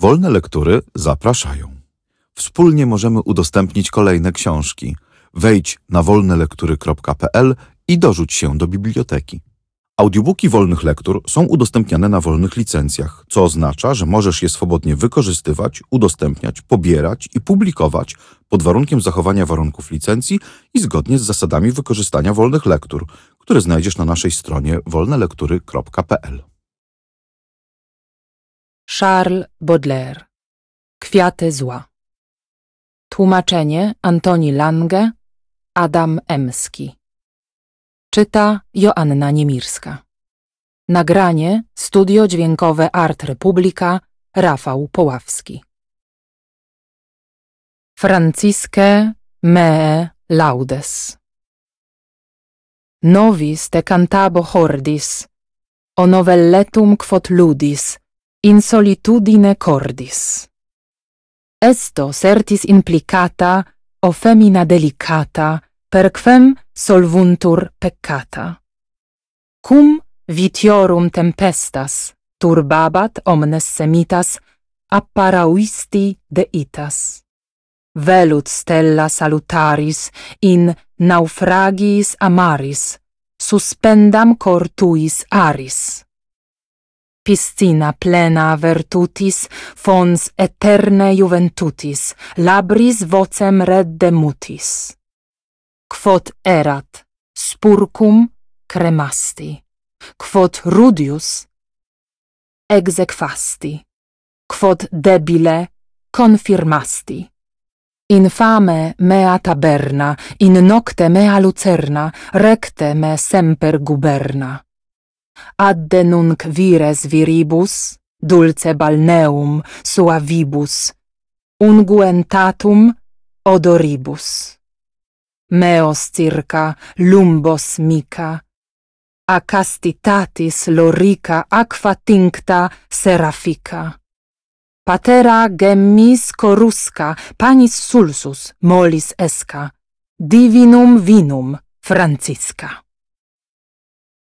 Wolne lektury zapraszają. Wspólnie możemy udostępnić kolejne książki. Wejdź na wolnelektury.pl i dorzuć się do biblioteki. Audiobooki wolnych lektur są udostępniane na wolnych licencjach, co oznacza, że możesz je swobodnie wykorzystywać, udostępniać, pobierać i publikować pod warunkiem zachowania warunków licencji i zgodnie z zasadami wykorzystania wolnych lektur, które znajdziesz na naszej stronie wolnelektury.pl. Charles Baudelaire. Kwiaty zła. Tłumaczenie Antoni Lange, Adam Emski. Czyta Joanna Niemirska. Nagranie Studio Dźwiękowe Art Republica, Rafał Poławski. Francisque mee laudes. Novis te cantabo hordis, o novelletum quod ludis, in solitudine cordis. Esto certis implicata, o femina delicata, perquem solvuntur peccata. Cum vitiorum tempestas, turbabat omnes semitas, apparauisti deitas. Velut stella salutaris, in naufragis amaris, suspendam cor tuis aris. Piscina plena virtutis, fons eterne juventutis, labris vocem redde mutis. Quod erat spurcum cremasti, quod rudius exequasti, quod debile confirmasti. Infame mea taberna, in nocte mea lucerna, recte me semper guberna. Adde nunc vires viribus, dulce balneum suavibus, unguentatum odoribus. Meos circa lumbos mica, a castitatis lorica aqua tincta seraphica. Patera gemmis corusca, panis sulsus mollis esca, divinum vinum Francisca.